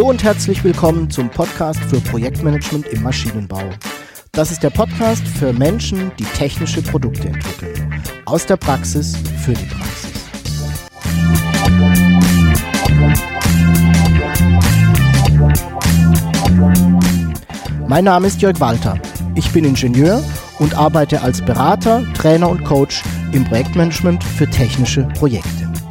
Hallo und herzlich willkommen zum Podcast für Projektmanagement im Maschinenbau. Das ist der Podcast für Menschen, die technische Produkte entwickeln. Aus der Praxis für die Praxis. Mein Name ist Jörg Walter. Ich bin Ingenieur und arbeite als Berater, Trainer und Coach im Projektmanagement für technische Projekte.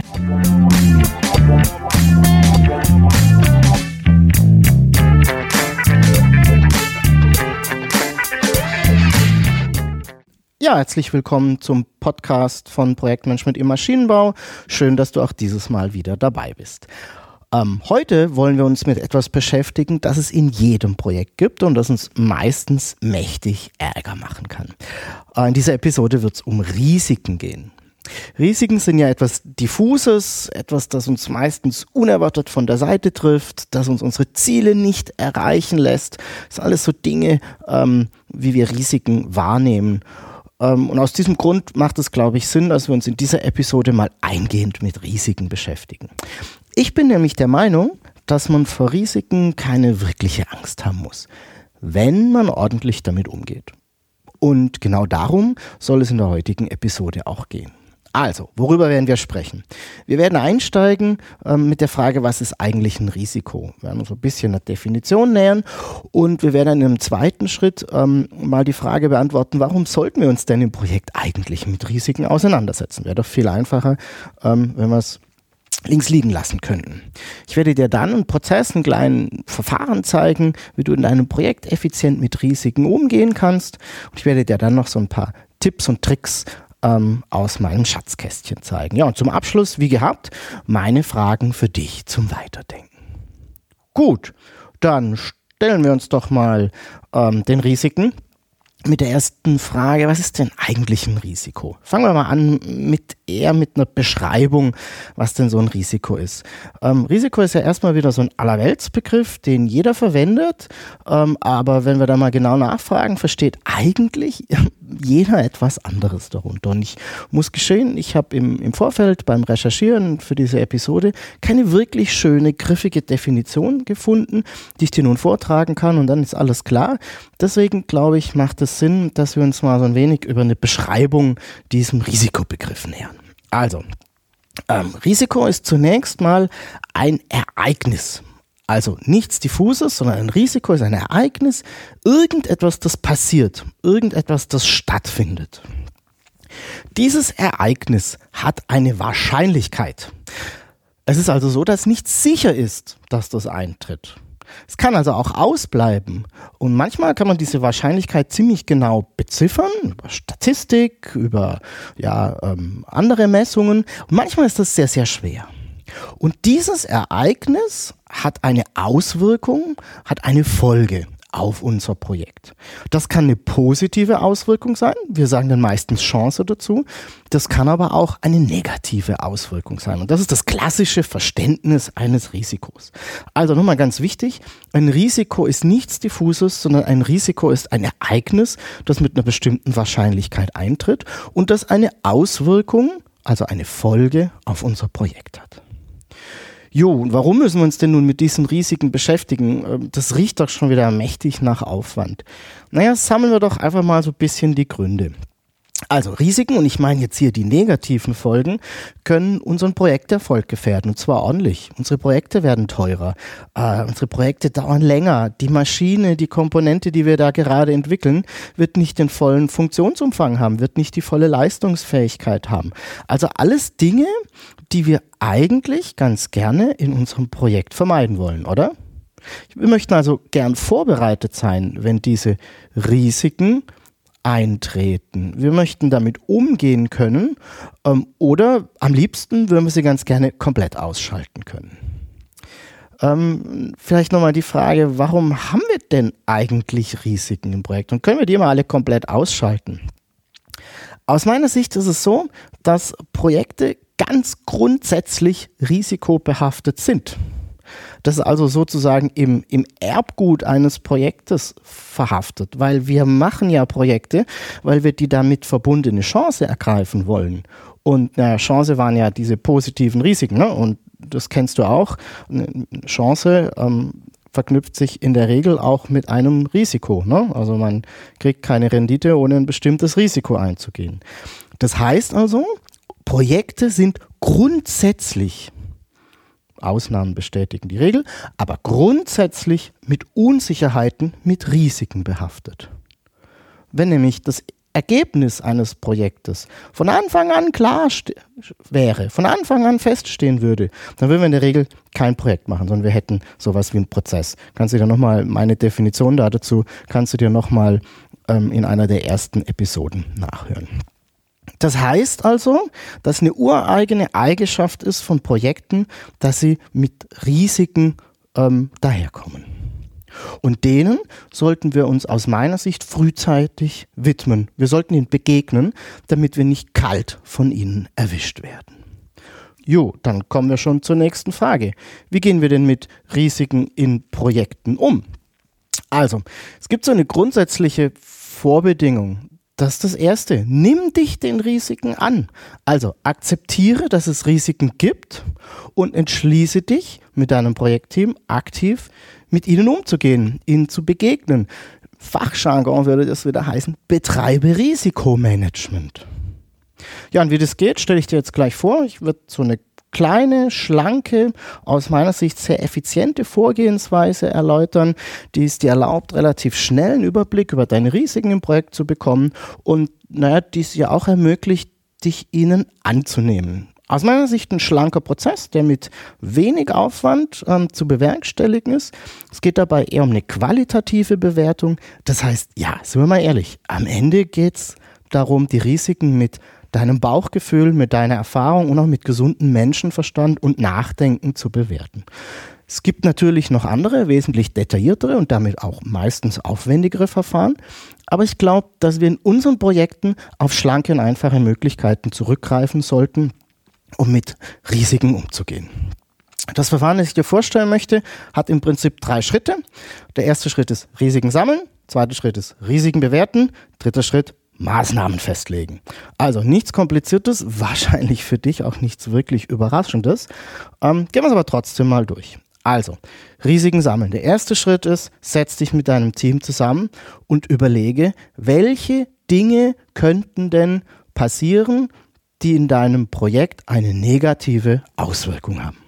Ja, herzlich willkommen zum Podcast von Projektmanagement im Maschinenbau. Schön, dass du auch dieses Mal wieder dabei bist. Heute wollen wir uns mit etwas beschäftigen, das es in jedem Projekt gibt und das uns meistens mächtig Ärger machen kann. In dieser Episode wird es um Risiken gehen. Risiken sind ja etwas Diffuses, etwas, das uns meistens unerwartet von der Seite trifft, das uns unsere Ziele nicht erreichen lässt. Das sind alles so Dinge, wie wir Risiken wahrnehmen. Und aus diesem Grund macht es, glaube ich, Sinn, dass wir uns in dieser Episode mal eingehend mit Risiken beschäftigen. Ich bin nämlich der Meinung, dass man vor Risiken keine wirkliche Angst haben muss, wenn man ordentlich damit umgeht. Und genau darum soll es in der heutigen Episode auch gehen. Also, worüber werden wir sprechen? Wir werden einsteigen mit der Frage, was ist eigentlich ein Risiko? Wir werden uns ein bisschen der Definition nähern und wir werden in einem zweiten Schritt mal die Frage beantworten, warum sollten wir uns denn im Projekt eigentlich mit Risiken auseinandersetzen? Wäre doch viel einfacher, wenn wir es links liegen lassen könnten. Ich werde dir dann einen Prozess, einen kleinen Verfahren zeigen, wie du in deinem Projekt effizient mit Risiken umgehen kannst. Und ich werde dir dann noch so ein paar Tipps und Tricks aus meinem Schatzkästchen zeigen. Ja, und zum Abschluss, wie gehabt, meine Fragen für dich zum Weiterdenken. Gut, dann stellen wir uns doch mal den Risiken mit der ersten Frage, was ist denn eigentlich ein Risiko? Fangen wir mal an mit einer Beschreibung, was denn so ein Risiko ist. Risiko ist ja erstmal wieder so ein Allerweltsbegriff, den jeder verwendet, aber wenn wir da mal genau nachfragen, versteht eigentlich jeder etwas anderes darunter. Und ich muss gestehen, ich habe im Vorfeld beim Recherchieren für diese Episode keine wirklich schöne, griffige Definition gefunden, die ich dir nun vortragen kann und dann ist alles klar. Deswegen glaube ich, macht es Sinn, dass wir uns mal so ein wenig über eine Beschreibung diesem Risikobegriff nähern. Also, Risiko ist zunächst mal ein Ereignis. Also nichts Diffuses, sondern ein Risiko ist ein Ereignis, irgendetwas, das passiert, irgendetwas, das stattfindet. Dieses Ereignis hat eine Wahrscheinlichkeit. Es ist also so, dass nicht sicher ist, dass das eintritt. Es kann also auch ausbleiben und manchmal kann man diese Wahrscheinlichkeit ziemlich genau beziffern, über Statistik, über andere Messungen und manchmal ist das sehr, sehr schwer. Und dieses Ereignis hat eine Auswirkung, hat eine Folge auf unser Projekt. Das kann eine positive Auswirkung sein, wir sagen dann meistens Chance dazu, das kann aber auch eine negative Auswirkung sein und das ist das klassische Verständnis eines Risikos. Also nochmal ganz wichtig, ein Risiko ist nichts Diffuses, sondern ein Risiko ist ein Ereignis, das mit einer bestimmten Wahrscheinlichkeit eintritt und das eine Auswirkung, also eine Folge auf unser Projekt hat. Jo, und warum müssen wir uns denn nun mit diesen Risiken beschäftigen? Das riecht doch schon wieder mächtig nach Aufwand. Naja, sammeln wir doch einfach mal so ein bisschen die Gründe. Also Risiken, und ich meine jetzt hier die negativen Folgen, können unseren Projekterfolg gefährden, und zwar ordentlich. Unsere Projekte werden teurer, unsere Projekte dauern länger, die Maschine, die Komponente, die wir da gerade entwickeln, wird nicht den vollen Funktionsumfang haben, wird nicht die volle Leistungsfähigkeit haben. Also alles Dinge, die wir eigentlich ganz gerne in unserem Projekt vermeiden wollen, oder? Wir möchten also gern vorbereitet sein, wenn diese Risiken eintreten. Wir möchten damit umgehen können oder am liebsten würden wir sie ganz gerne komplett ausschalten können. Vielleicht nochmal die Frage, warum haben wir denn eigentlich Risiken im Projekt und können wir die immer alle komplett ausschalten? Aus meiner Sicht ist es so, dass Projekte ganz grundsätzlich risikobehaftet sind. Das ist also sozusagen im Erbgut eines Projektes verhaftet, weil wir machen ja Projekte, weil wir die damit verbundene Chance ergreifen wollen. Und Chance waren ja diese positiven Risiken, ne? Und das kennst du auch, eine Chance verknüpft sich in der Regel auch mit einem Risiko. Ne? Also man kriegt keine Rendite, ohne ein bestimmtes Risiko einzugehen. Das heißt also, Projekte sind grundsätzlich, Ausnahmen bestätigen die Regel, aber grundsätzlich mit Unsicherheiten, mit Risiken behaftet. Wenn nämlich das Ergebnis eines Projektes von Anfang an klar wäre, von Anfang an feststehen würde, dann würden wir in der Regel kein Projekt machen, sondern wir hätten sowas wie einen Prozess. Kannst du dir nochmal, meine Definition dazu, kannst du dir nochmal in einer der ersten Episoden nachhören. Das heißt also, dass eine ureigene Eigenschaft ist von Projekten, dass sie mit Risiken daherkommen. Und denen sollten wir uns aus meiner Sicht frühzeitig widmen. Wir sollten ihnen begegnen, damit wir nicht kalt von ihnen erwischt werden. Jo, dann kommen wir schon zur nächsten Frage. Wie gehen wir denn mit Risiken in Projekten um? Also, es gibt so eine grundsätzliche Vorbedingung. Das ist das Erste. Nimm dich den Risiken an. Also akzeptiere, dass es Risiken gibt und entschließe dich mit deinem Projektteam aktiv mit ihnen umzugehen, ihnen zu begegnen. Fachjargon würde das wieder heißen, betreibe Risikomanagement. Ja, und wie das geht, stelle ich dir jetzt gleich vor. Ich würde so eine kleine, schlanke, aus meiner Sicht sehr effiziente Vorgehensweise erläutern, die es dir erlaubt, relativ schnell einen Überblick über deine Risiken im Projekt zu bekommen und die es dir auch ermöglicht, dich ihnen anzunehmen. Aus meiner Sicht ein schlanker Prozess, der mit wenig Aufwand zu bewerkstelligen ist. Es geht dabei eher um eine qualitative Bewertung. Das heißt, ja, sind wir mal ehrlich, am Ende geht es darum, die Risiken mit deinem Bauchgefühl, mit deiner Erfahrung und auch mit gesundem Menschenverstand und Nachdenken zu bewerten. Es gibt natürlich noch andere, wesentlich detailliertere und damit auch meistens aufwendigere Verfahren. Aber ich glaube, dass wir in unseren Projekten auf schlanke und einfache Möglichkeiten zurückgreifen sollten, um mit Risiken umzugehen. Das Verfahren, das ich dir vorstellen möchte, hat im Prinzip 3 Schritte. Der erste Schritt ist Risiken sammeln, zweiter Schritt ist Risiken bewerten, dritter Schritt Maßnahmen festlegen. Also nichts Kompliziertes, wahrscheinlich für dich auch nichts wirklich Überraschendes. Gehen wir es aber trotzdem mal durch. Also, Risiken sammeln. Der erste Schritt ist, setz dich mit deinem Team zusammen und überlege, welche Dinge könnten denn passieren, die in deinem Projekt eine negative Auswirkung haben.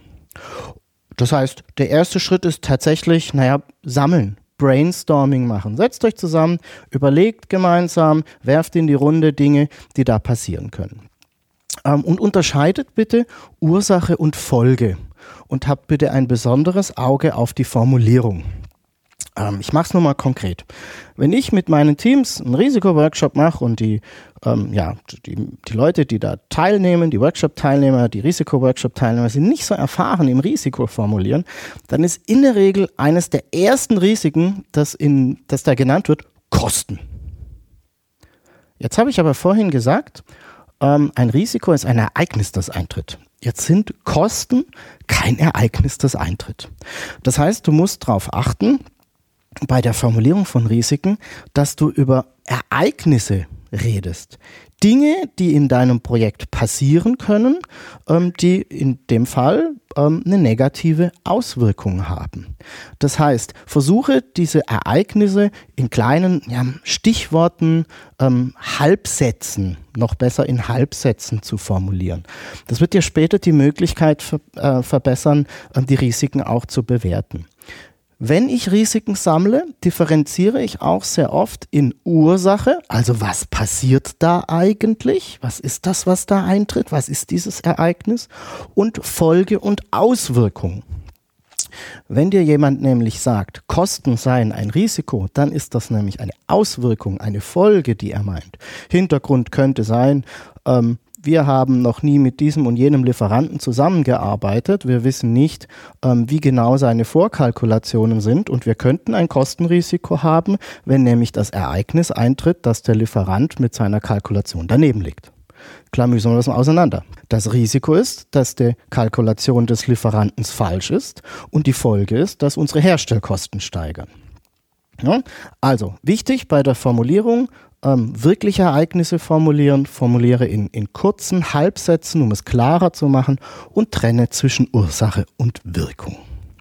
Das heißt, der erste Schritt ist tatsächlich, sammeln. Brainstorming machen. Setzt euch zusammen, überlegt gemeinsam, werft in die Runde Dinge, die da passieren können. Und unterscheidet bitte Ursache und Folge und habt bitte ein besonderes Auge auf die Formulierung. Ich mache es nur mal konkret. Wenn ich mit meinen Teams einen Risikoworkshop mache und die Leute, die da teilnehmen, die Workshop-Teilnehmer, die Risikoworkshop-Teilnehmer sind nicht so erfahren im Risiko formulieren, dann ist in der Regel eines der ersten Risiken, das da genannt wird, Kosten. Jetzt habe ich aber vorhin gesagt, ein Risiko ist ein Ereignis, das eintritt. Jetzt sind Kosten kein Ereignis, das eintritt. Das heißt, du musst darauf achten, bei der Formulierung von Risiken, dass du über Ereignisse redest. Dinge, die in deinem Projekt passieren können, die in dem Fall eine negative Auswirkung haben. Das heißt, versuche diese Ereignisse in kleinen Stichworten, Halbsätzen, noch besser in Halbsätzen zu formulieren. Das wird dir später die Möglichkeit verbessern, die Risiken auch zu bewerten. Wenn ich Risiken sammle, differenziere ich auch sehr oft in Ursache, also was passiert da eigentlich, was ist das, was da eintritt, was ist dieses Ereignis, und Folge und Auswirkung. Wenn dir jemand nämlich sagt, Kosten seien ein Risiko, dann ist das nämlich eine Auswirkung, eine Folge, die er meint. Hintergrund könnte sein, wir haben noch nie mit diesem und jenem Lieferanten zusammengearbeitet. Wir wissen nicht, wie genau seine Vorkalkulationen sind und wir könnten ein Kostenrisiko haben, wenn nämlich das Ereignis eintritt, dass der Lieferant mit seiner Kalkulation daneben liegt. Klamüsern wir das mal auseinander. Das Risiko ist, dass die Kalkulation des Lieferanten falsch ist und die Folge ist, dass unsere Herstellkosten steigern. Ja, also wichtig bei der Formulierung, wirkliche Ereignisse formuliere in kurzen Halbsätzen, um es klarer zu machen, und trenne zwischen Ursache und Wirkung.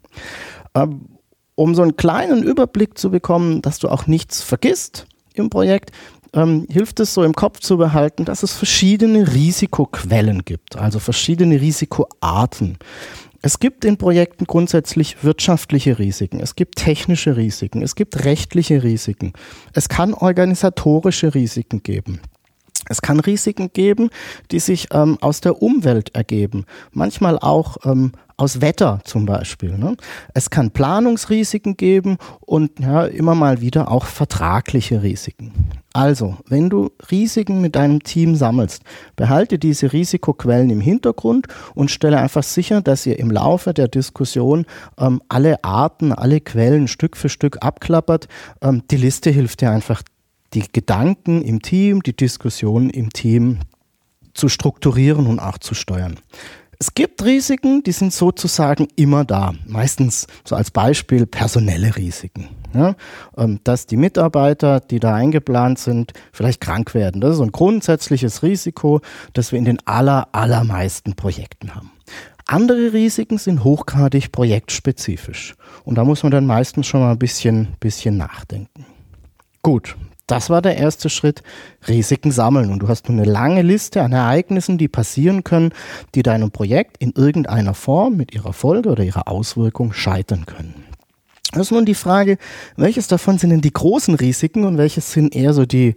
Um so einen kleinen Überblick zu bekommen, dass du auch nichts vergisst im Projekt, hilft es so im Kopf zu behalten, dass es verschiedene Risikoquellen gibt, also verschiedene Risikoarten. Es gibt in Projekten grundsätzlich wirtschaftliche Risiken, es gibt technische Risiken, es gibt rechtliche Risiken, es kann organisatorische Risiken geben. Es kann Risiken geben, die sich aus der Umwelt ergeben, manchmal auch aus Wetter zum Beispiel. Ne? Es kann Planungsrisiken geben und immer mal wieder auch vertragliche Risiken. Also, wenn du Risiken mit deinem Team sammelst, behalte diese Risikoquellen im Hintergrund und stelle einfach sicher, dass ihr im Laufe der Diskussion alle Arten, alle Quellen Stück für Stück abklappert. Die Liste hilft dir einfach, die Gedanken im Team, die Diskussion im Team zu strukturieren und auch zu steuern. Es gibt Risiken, die sind sozusagen immer da. Meistens so als Beispiel personelle Risiken. Ja, dass die Mitarbeiter, die da eingeplant sind, vielleicht krank werden. Das ist so ein grundsätzliches Risiko, das wir in den allermeisten Projekten haben. Andere Risiken sind hochgradig projektspezifisch. Und da muss man dann meistens schon mal ein bisschen nachdenken. Gut. Das war der erste Schritt, Risiken sammeln. Und du hast nun eine lange Liste an Ereignissen, die passieren können, die deinem Projekt in irgendeiner Form mit ihrer Folge oder ihrer Auswirkung scheitern können. Das ist nun die Frage, welches davon sind denn die großen Risiken und welches sind eher so die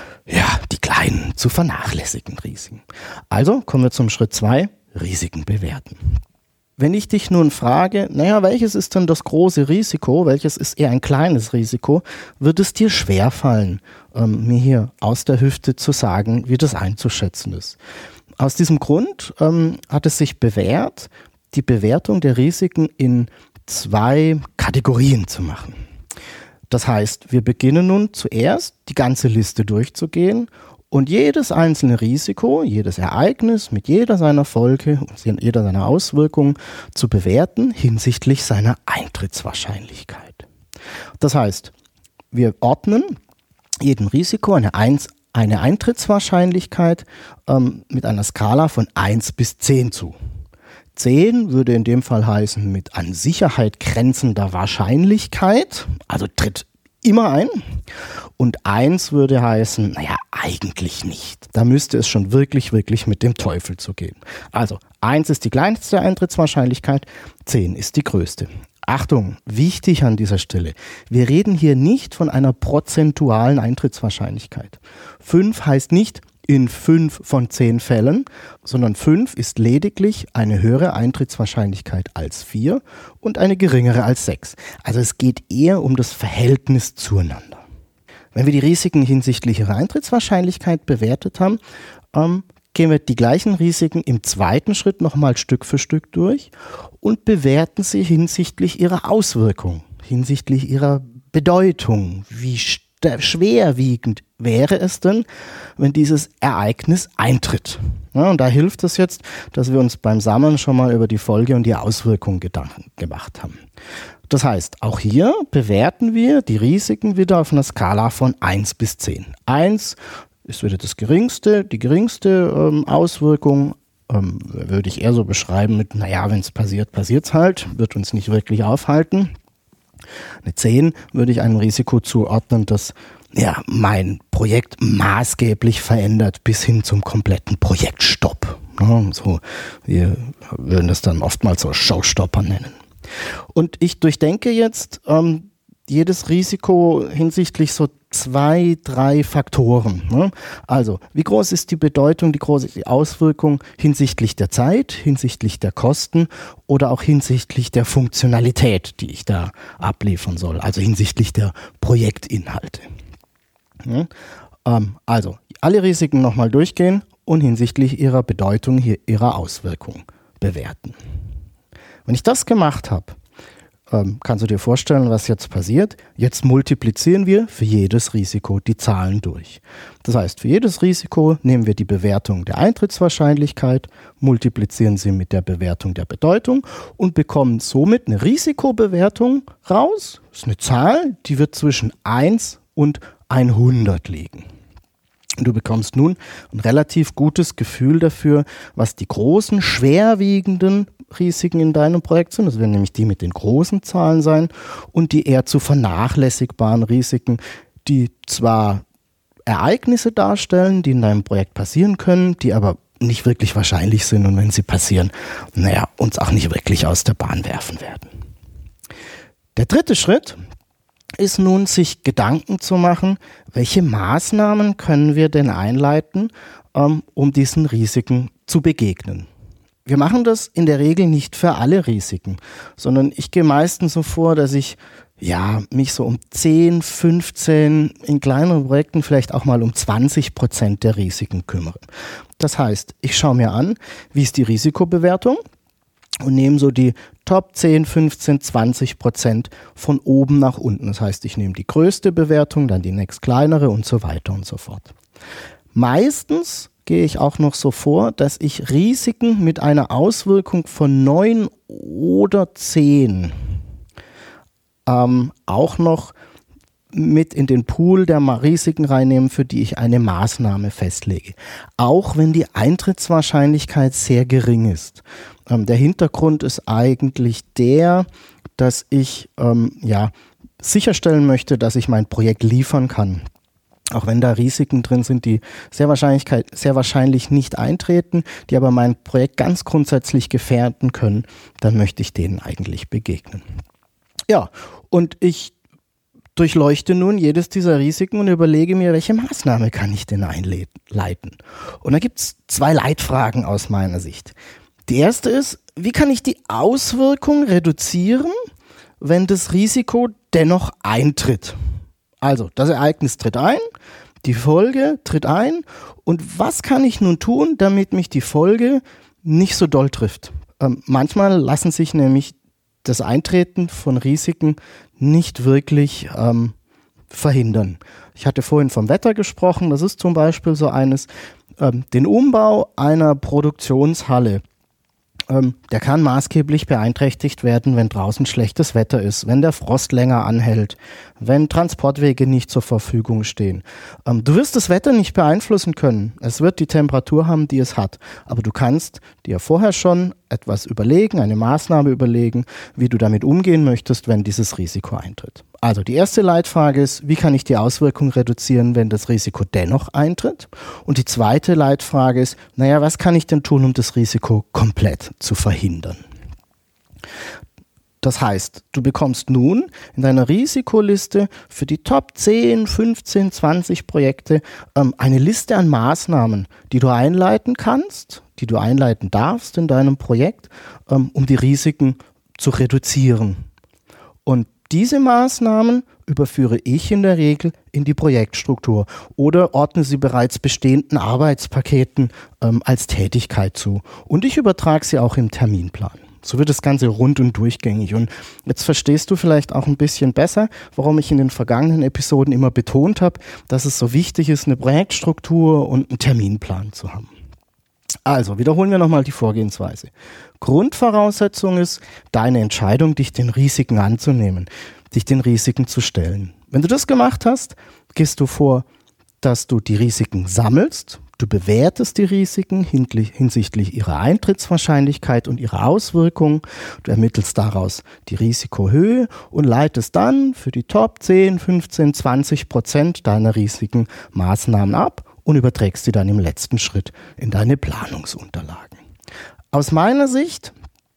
kleinen, zu vernachlässigen Risiken. Also kommen wir zum Schritt 2, Risiken bewerten. Wenn ich dich nun frage, welches ist denn das große Risiko, welches ist eher ein kleines Risiko, wird es dir schwerfallen, mir hier aus der Hüfte zu sagen, wie das einzuschätzen ist. Aus diesem Grund hat es sich bewährt, die Bewertung der Risiken in 2 Kategorien zu machen. Das heißt, wir beginnen nun zuerst die ganze Liste durchzugehen und jedes einzelne Risiko, jedes Ereignis mit jeder seiner Folge und jeder seiner Auswirkungen zu bewerten hinsichtlich seiner Eintrittswahrscheinlichkeit. Das heißt, wir ordnen jedem Risiko eine Eintrittswahrscheinlichkeit mit einer Skala von 1 bis 10 zu. 10 würde in dem Fall heißen mit an Sicherheit grenzender Wahrscheinlichkeit, also tritt immer ein. Und 1 würde heißen, eigentlich nicht. Da müsste es schon wirklich mit dem Teufel zugehen. Also 1 ist die kleinste Eintrittswahrscheinlichkeit, 10 ist die größte. Achtung, wichtig an dieser Stelle. Wir reden hier nicht von einer prozentualen Eintrittswahrscheinlichkeit. 5 heißt nicht in 5 von 10 Fällen, sondern 5 ist lediglich eine höhere Eintrittswahrscheinlichkeit als 4 und eine geringere als 6. Also es geht eher um das Verhältnis zueinander. Wenn wir die Risiken hinsichtlich ihrer Eintrittswahrscheinlichkeit bewertet haben, gehen wir die gleichen Risiken im zweiten Schritt nochmal Stück für Stück durch und bewerten sie hinsichtlich ihrer Auswirkung, hinsichtlich ihrer Bedeutung. Wie schwerwiegend wäre es denn, wenn dieses Ereignis eintritt? Ja, und da hilft es jetzt, dass wir uns beim Sammeln schon mal über die Folge und die Auswirkung Gedanken gemacht haben. Das heißt, auch hier bewerten wir die Risiken wieder auf einer Skala von 1 bis 10. 1 ist wieder die geringste Auswirkung, würde ich eher so beschreiben mit, wenn es passiert, passiert es halt, wird uns nicht wirklich aufhalten. Eine 10 würde ich einem Risiko zuordnen, das mein Projekt maßgeblich verändert bis hin zum kompletten Projektstopp. Ja, so, wir würden das dann oftmals so Showstopper nennen. Und ich durchdenke jetzt jedes Risiko hinsichtlich so 2, 3 Faktoren. Ne? Also, wie groß ist die Bedeutung, die Auswirkung hinsichtlich der Zeit, hinsichtlich der Kosten oder auch hinsichtlich der Funktionalität, die ich da abliefern soll, also hinsichtlich der Projektinhalte. Ja? Also, alle Risiken nochmal durchgehen und hinsichtlich ihrer Bedeutung, ihrer Auswirkung bewerten. Wenn ich das gemacht habe, kannst du dir vorstellen, was jetzt passiert? Jetzt multiplizieren wir für jedes Risiko die Zahlen durch. Das heißt, für jedes Risiko nehmen wir die Bewertung der Eintrittswahrscheinlichkeit, multiplizieren sie mit der Bewertung der Bedeutung und bekommen somit eine Risikobewertung raus. Das ist eine Zahl, die wird zwischen 1 und 100 liegen. Und du bekommst nun ein relativ gutes Gefühl dafür, was die großen, schwerwiegenden Risiken in deinem Projekt sind. Das werden nämlich die mit den großen Zahlen sein und die eher zu vernachlässigbaren Risiken, die zwar Ereignisse darstellen, die in deinem Projekt passieren können, die aber nicht wirklich wahrscheinlich sind und wenn sie passieren, uns auch nicht wirklich aus der Bahn werfen werden. Der dritte Schritt ist nun, sich Gedanken zu machen, welche Maßnahmen können wir denn einleiten, um diesen Risiken zu begegnen. Wir machen das in der Regel nicht für alle Risiken, sondern ich gehe meistens so vor, dass ich mich so um 10, 15, in kleineren Projekten vielleicht auch mal um 20% der Risiken kümmere. Das heißt, ich schaue mir an, wie ist die Risikobewertung und nehme so die Top 10, 15, 20% von oben nach unten. Das heißt, ich nehme die größte Bewertung, dann die nächst kleinere und so weiter und so fort. Meistens gehe ich auch noch so vor, dass ich Risiken mit einer Auswirkung von 9 oder 10 auch noch mit in den Pool der Risiken reinnehmen, für die ich eine Maßnahme festlege. Auch wenn die Eintrittswahrscheinlichkeit sehr gering ist. Der Hintergrund ist eigentlich der, dass ich sicherstellen möchte, dass ich mein Projekt liefern kann. Auch wenn da Risiken drin sind, die sehr wahrscheinlich nicht eintreten, die aber mein Projekt ganz grundsätzlich gefährden können, dann möchte ich denen eigentlich begegnen. Ja, und ich durchleuchte nun jedes dieser Risiken und überlege mir, welche Maßnahme kann ich denn einleiten. Und da gibt es 2 Leitfragen aus meiner Sicht. Die erste ist, wie kann ich die Auswirkung reduzieren, wenn das Risiko dennoch eintritt? Also, das Ereignis tritt ein, die Folge tritt ein und was kann ich nun tun, damit mich die Folge nicht so doll trifft? Manchmal lassen sich nämlich das Eintreten von Risiken nicht wirklich verhindern. Ich hatte vorhin vom Wetter gesprochen, das ist zum Beispiel so eines, den Umbau einer Produktionshalle. Der kann maßgeblich beeinträchtigt werden, wenn draußen schlechtes Wetter ist, wenn der Frost länger anhält, wenn Transportwege nicht zur Verfügung stehen. Du wirst das Wetter nicht beeinflussen können. Es wird die Temperatur haben, die es hat. Aber du kannst dir vorher schon etwas überlegen, eine Maßnahme überlegen, wie du damit umgehen möchtest, wenn dieses Risiko eintritt. Also die erste Leitfrage ist, wie kann ich die Auswirkung reduzieren, wenn das Risiko dennoch eintritt? Und die zweite Leitfrage ist, was kann ich denn tun, um das Risiko komplett zu verhindern? Das heißt, du bekommst nun in deiner Risikoliste für die Top 10, 15, 20 Projekte eine Liste an Maßnahmen, die du einleiten kannst, die du einleiten darfst in deinem Projekt, um die Risiken zu reduzieren. Und diese Maßnahmen überführe ich in der Regel in die Projektstruktur oder ordne sie bereits bestehenden Arbeitspaketen als Tätigkeit zu. Und ich übertrage sie auch im Terminplan. So wird das Ganze rund und durchgängig. Und jetzt verstehst du vielleicht auch ein bisschen besser, warum ich in den vergangenen Episoden immer betont habe, dass es so wichtig ist, eine Projektstruktur und einen Terminplan zu haben. Also, wiederholen wir nochmal die Vorgehensweise. Grundvoraussetzung ist deine Entscheidung, dich den Risiken anzunehmen, dich den Risiken zu stellen. Wenn du das gemacht hast, gehst du vor, dass du die Risiken sammelst. Du bewertest die Risiken hinsichtlich ihrer Eintrittswahrscheinlichkeit und ihrer Auswirkungen. Du ermittelst daraus die Risikohöhe und leitest dann für die Top 10, 15, 20% deiner Risiken Maßnahmen ab und überträgst sie dann im letzten Schritt in deine Planungsunterlagen. Aus meiner Sicht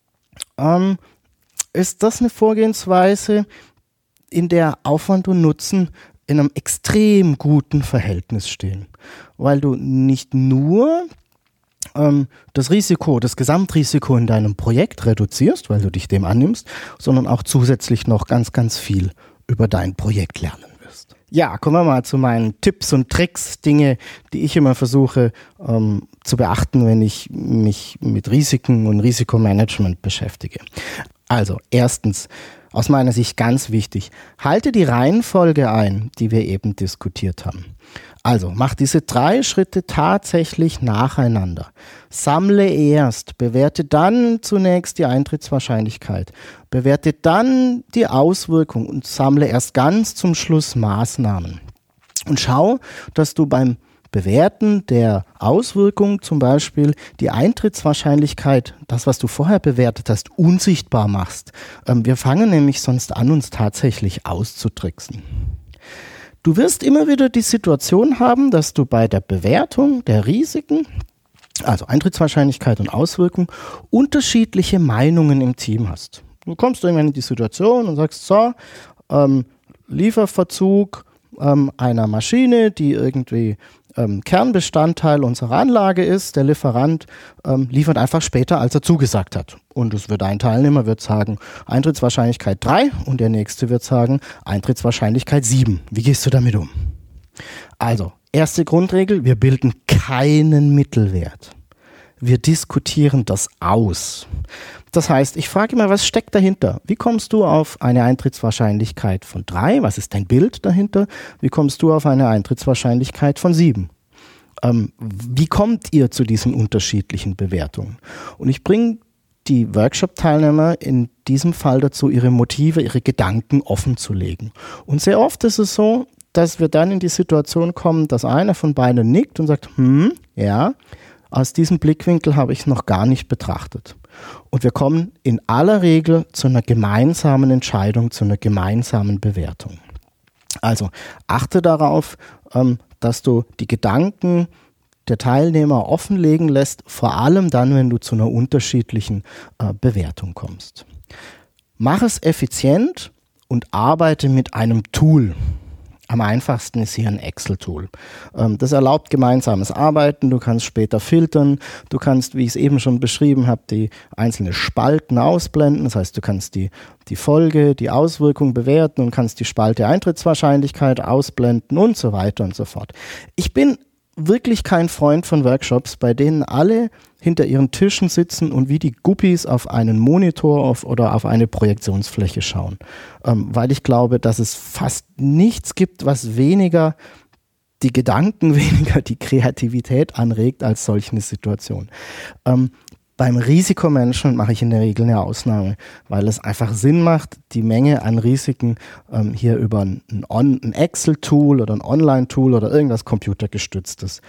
ist das eine Vorgehensweise, in der Aufwand und Nutzen in einem extrem guten Verhältnis stehen, weil du nicht nur das Risiko, das Gesamtrisiko in deinem Projekt reduzierst, weil du dich dem annimmst, sondern auch zusätzlich noch ganz, ganz viel über dein Projekt lernen wirst. Ja, kommen wir mal zu meinen Tipps und Tricks, Dinge, die ich immer versuche zu beachten, wenn ich mich mit Risiken und Risikomanagement beschäftige. Also, erstens, aus meiner Sicht ganz wichtig, halte die Reihenfolge ein, die wir eben diskutiert haben. Also, mach diese 3 Schritte tatsächlich nacheinander. Sammle erst, bewerte dann zunächst die Eintrittswahrscheinlichkeit, bewerte dann die Auswirkung und sammle erst ganz zum Schluss Maßnahmen. Und schau, dass du beim Bewerten der Auswirkung zum Beispiel die Eintrittswahrscheinlichkeit, das, was du vorher bewertet hast, unsichtbar machst. Wir fangen nämlich sonst an, uns tatsächlich auszutricksen. Du wirst immer wieder die Situation haben, dass du bei der Bewertung der Risiken, also Eintrittswahrscheinlichkeit und Auswirkung, unterschiedliche Meinungen im Team hast. Du kommst irgendwann in die Situation und sagst, so, Lieferverzug einer Maschine, die irgendwie Kernbestandteil unserer Anlage ist, der Lieferant liefert einfach später, als er zugesagt hat. Und es wird ein Teilnehmer wird sagen, Eintrittswahrscheinlichkeit 3 und der nächste wird sagen, Eintrittswahrscheinlichkeit 7. Wie gehst du damit um? Also, erste Grundregel, wir bilden keinen Mittelwert. Wir diskutieren das aus. Das heißt, ich frage immer, was steckt dahinter? Wie kommst du auf eine Eintrittswahrscheinlichkeit von 3? Was ist dein Bild dahinter? Wie kommst du auf eine Eintrittswahrscheinlichkeit von 7? Wie kommt ihr zu diesen unterschiedlichen Bewertungen? Und ich bringe die Workshop-Teilnehmer in diesem Fall dazu, ihre Motive, ihre Gedanken offen zu legen. Und sehr oft ist es so, dass wir dann in die Situation kommen, dass einer von beiden nickt und sagt, ja, aus diesem Blickwinkel habe ich es noch gar nicht betrachtet. Und wir kommen in aller Regel zu einer gemeinsamen Entscheidung, zu einer gemeinsamen Bewertung. Also achte darauf, dass du die Gedanken der Teilnehmer offenlegen lässt, vor allem dann, wenn du zu einer unterschiedlichen Bewertung kommst. Mach es effizient und arbeite mit einem Tool. Am einfachsten ist hier ein Excel-Tool. Das erlaubt gemeinsames Arbeiten, du kannst später filtern, du kannst, wie ich es eben schon beschrieben habe, die einzelnen Spalten ausblenden, das heißt, du kannst die Folge, die Auswirkung bewerten und kannst die Spalte Eintrittswahrscheinlichkeit ausblenden und so weiter und so fort. Ich bin wirklich kein Freund von Workshops, bei denen alle hinter ihren Tischen sitzen und wie die Guppies auf einen Monitor oder auf eine Projektionsfläche schauen. Weil ich glaube, dass es fast nichts gibt, was weniger die Gedanken, weniger die Kreativität anregt als solch eine Situation. Beim Risikomanagement mache ich in der Regel eine Ausnahme, weil es einfach Sinn macht, die Menge an Risiken hier über ein Excel-Tool oder ein Online-Tool oder irgendwas computergestütztes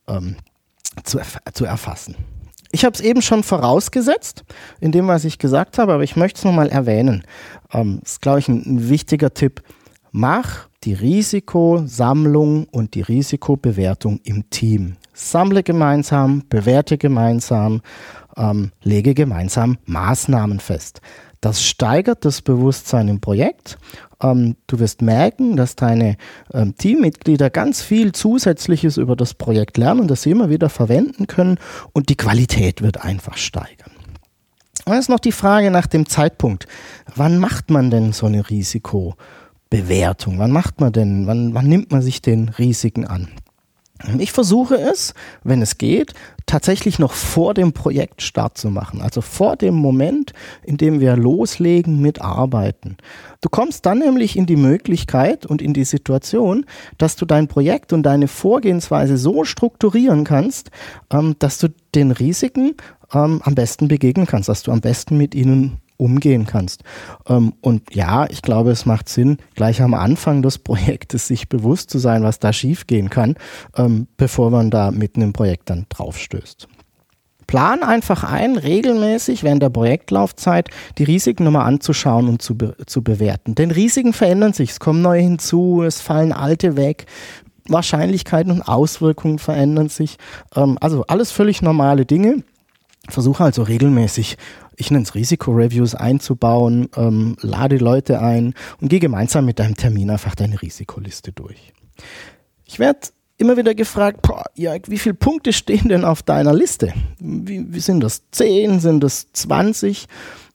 zu erfassen. Ich habe es eben schon vorausgesetzt, in dem, was ich gesagt habe, aber ich möchte es nochmal erwähnen. Das ist, glaube ich, ein wichtiger Tipp. Mach die Risikosammlung und die Risikobewertung im Team. Sammle gemeinsam, bewerte gemeinsam, lege gemeinsam Maßnahmen fest. Das steigert das Bewusstsein im Projekt. Du wirst merken, dass deine Teammitglieder ganz viel Zusätzliches über das Projekt lernen, das sie immer wieder verwenden können und die Qualität wird einfach steigern. Dann ist noch die Frage nach dem Zeitpunkt. Wann macht man denn so eine Risikobewertung? Wann nimmt man sich den Risiken an? Ich versuche es, wenn es geht, tatsächlich noch vor dem Projektstart zu machen, also vor dem Moment, in dem wir loslegen mit Arbeiten. Du kommst dann nämlich in die Möglichkeit und in die Situation, dass du dein Projekt und deine Vorgehensweise so strukturieren kannst, dass du den Risiken am besten begegnen kannst, dass du am besten mit ihnen umgehen kannst. Und ja, ich glaube, es macht Sinn, gleich am Anfang des Projektes sich bewusst zu sein, was da schiefgehen kann, bevor man da mitten im Projekt dann draufstößt. Plan einfach ein, regelmäßig während der Projektlaufzeit die Risiken nochmal anzuschauen und zu bewerten. Denn Risiken verändern sich, es kommen neue hinzu, es fallen alte weg, Wahrscheinlichkeiten und Auswirkungen verändern sich. Also alles völlig normale Dinge. Versuche also regelmäßig, ich nenne es Risikoreviews einzubauen, lade Leute ein und gehe gemeinsam mit deinem Termin einfach deine Risikoliste durch. Ich werde immer wieder gefragt, Jörg, wie viele Punkte stehen denn auf deiner Liste? Wie sind das? 10? Sind das 20?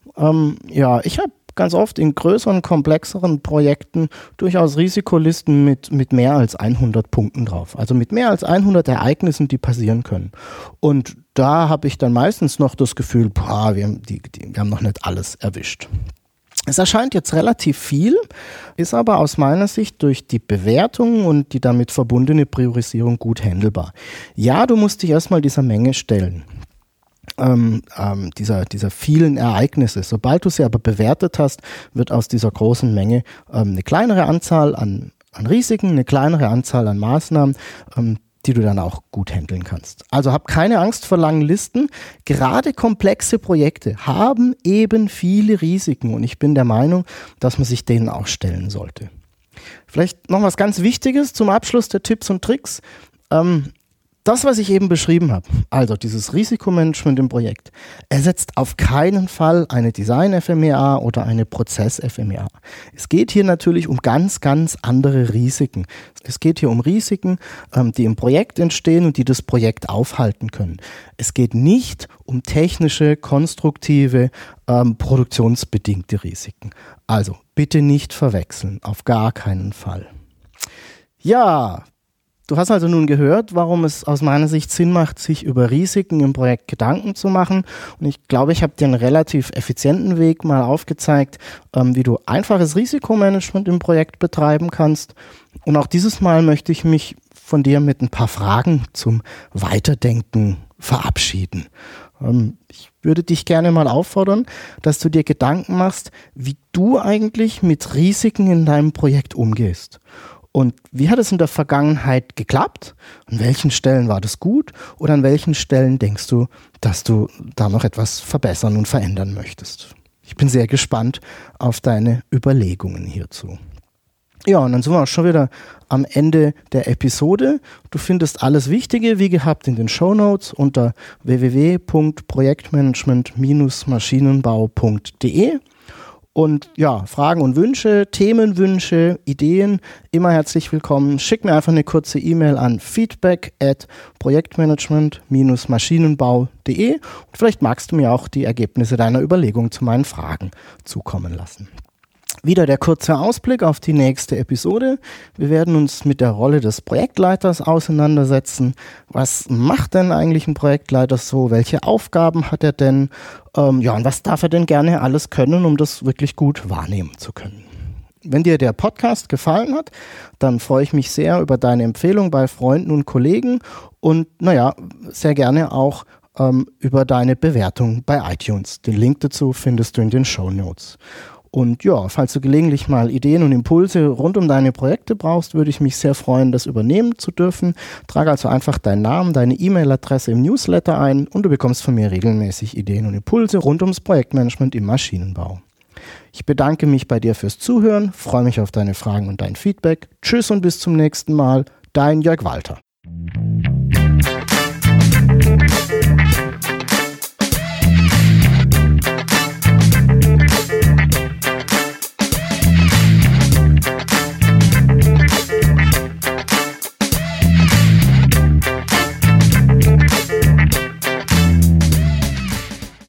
Ja, ich habe ganz oft in größeren, komplexeren Projekten durchaus Risikolisten mit mehr als 100 Punkten drauf. Also mit mehr als 100 Ereignissen, die passieren können. Und da habe ich dann meistens noch das Gefühl, wir haben noch nicht alles erwischt. Es erscheint jetzt relativ viel, ist aber aus meiner Sicht durch die Bewertung und die damit verbundene Priorisierung gut handelbar. Ja, du musst dich erstmal dieser Menge stellen. Dieser vielen Ereignisse. Sobald du sie aber bewertet hast, wird aus dieser großen Menge eine kleinere Anzahl an Risiken, eine kleinere Anzahl an Maßnahmen, die du dann auch gut handeln kannst. Also hab keine Angst vor langen Listen. Gerade komplexe Projekte haben eben viele Risiken und ich bin der Meinung, dass man sich denen auch stellen sollte. Vielleicht noch was ganz Wichtiges zum Abschluss der Tipps und Tricks. Das, was ich eben beschrieben habe, also dieses Risikomanagement im Projekt, ersetzt auf keinen Fall eine Design-FMEA oder eine Prozess-FMEA. Es geht hier natürlich um ganz, ganz andere Risiken. Es geht hier um Risiken, die im Projekt entstehen und die das Projekt aufhalten können. Es geht nicht um technische, konstruktive, produktionsbedingte Risiken. Also bitte nicht verwechseln, auf gar keinen Fall. Ja, du hast also nun gehört, warum es aus meiner Sicht Sinn macht, sich über Risiken im Projekt Gedanken zu machen. Und ich glaube, ich habe dir einen relativ effizienten Weg mal aufgezeigt, wie du einfaches Risikomanagement im Projekt betreiben kannst. Und auch dieses Mal möchte ich mich von dir mit ein paar Fragen zum Weiterdenken verabschieden. Ich würde dich gerne mal auffordern, dass du dir Gedanken machst, wie du eigentlich mit Risiken in deinem Projekt umgehst. Und wie hat es in der Vergangenheit geklappt? An welchen Stellen war das gut? Oder an welchen Stellen denkst du, dass du da noch etwas verbessern und verändern möchtest? Ich bin sehr gespannt auf deine Überlegungen hierzu. Ja, und dann sind wir auch schon wieder am Ende der Episode. Du findest alles Wichtige, wie gehabt, in den Shownotes unter www.projektmanagement-maschinenbau.de. Und ja, Fragen und Wünsche, Themenwünsche, Ideen, immer herzlich willkommen. Schick mir einfach eine kurze E-Mail an feedback@projektmanagement-maschinenbau.de und vielleicht magst du mir auch die Ergebnisse deiner Überlegung zu meinen Fragen zukommen lassen. Wieder der kurze Ausblick auf die nächste Episode. Wir werden uns mit der Rolle des Projektleiters auseinandersetzen. Was macht denn eigentlich ein Projektleiter so? Welche Aufgaben hat er denn? Und was darf er denn gerne alles können, um das wirklich gut wahrnehmen zu können? Wenn dir der Podcast gefallen hat, dann freue ich mich sehr über deine Empfehlung bei Freunden und Kollegen und sehr gerne auch über deine Bewertung bei iTunes. Den Link dazu findest du in den Shownotes. Und ja, falls du gelegentlich mal Ideen und Impulse rund um deine Projekte brauchst, würde ich mich sehr freuen, das übernehmen zu dürfen. Trage also einfach deinen Namen, deine E-Mail-Adresse im Newsletter ein und du bekommst von mir regelmäßig Ideen und Impulse rund ums Projektmanagement im Maschinenbau. Ich bedanke mich bei dir fürs Zuhören, freue mich auf deine Fragen und dein Feedback. Tschüss und bis zum nächsten Mal, dein Jörg Walter.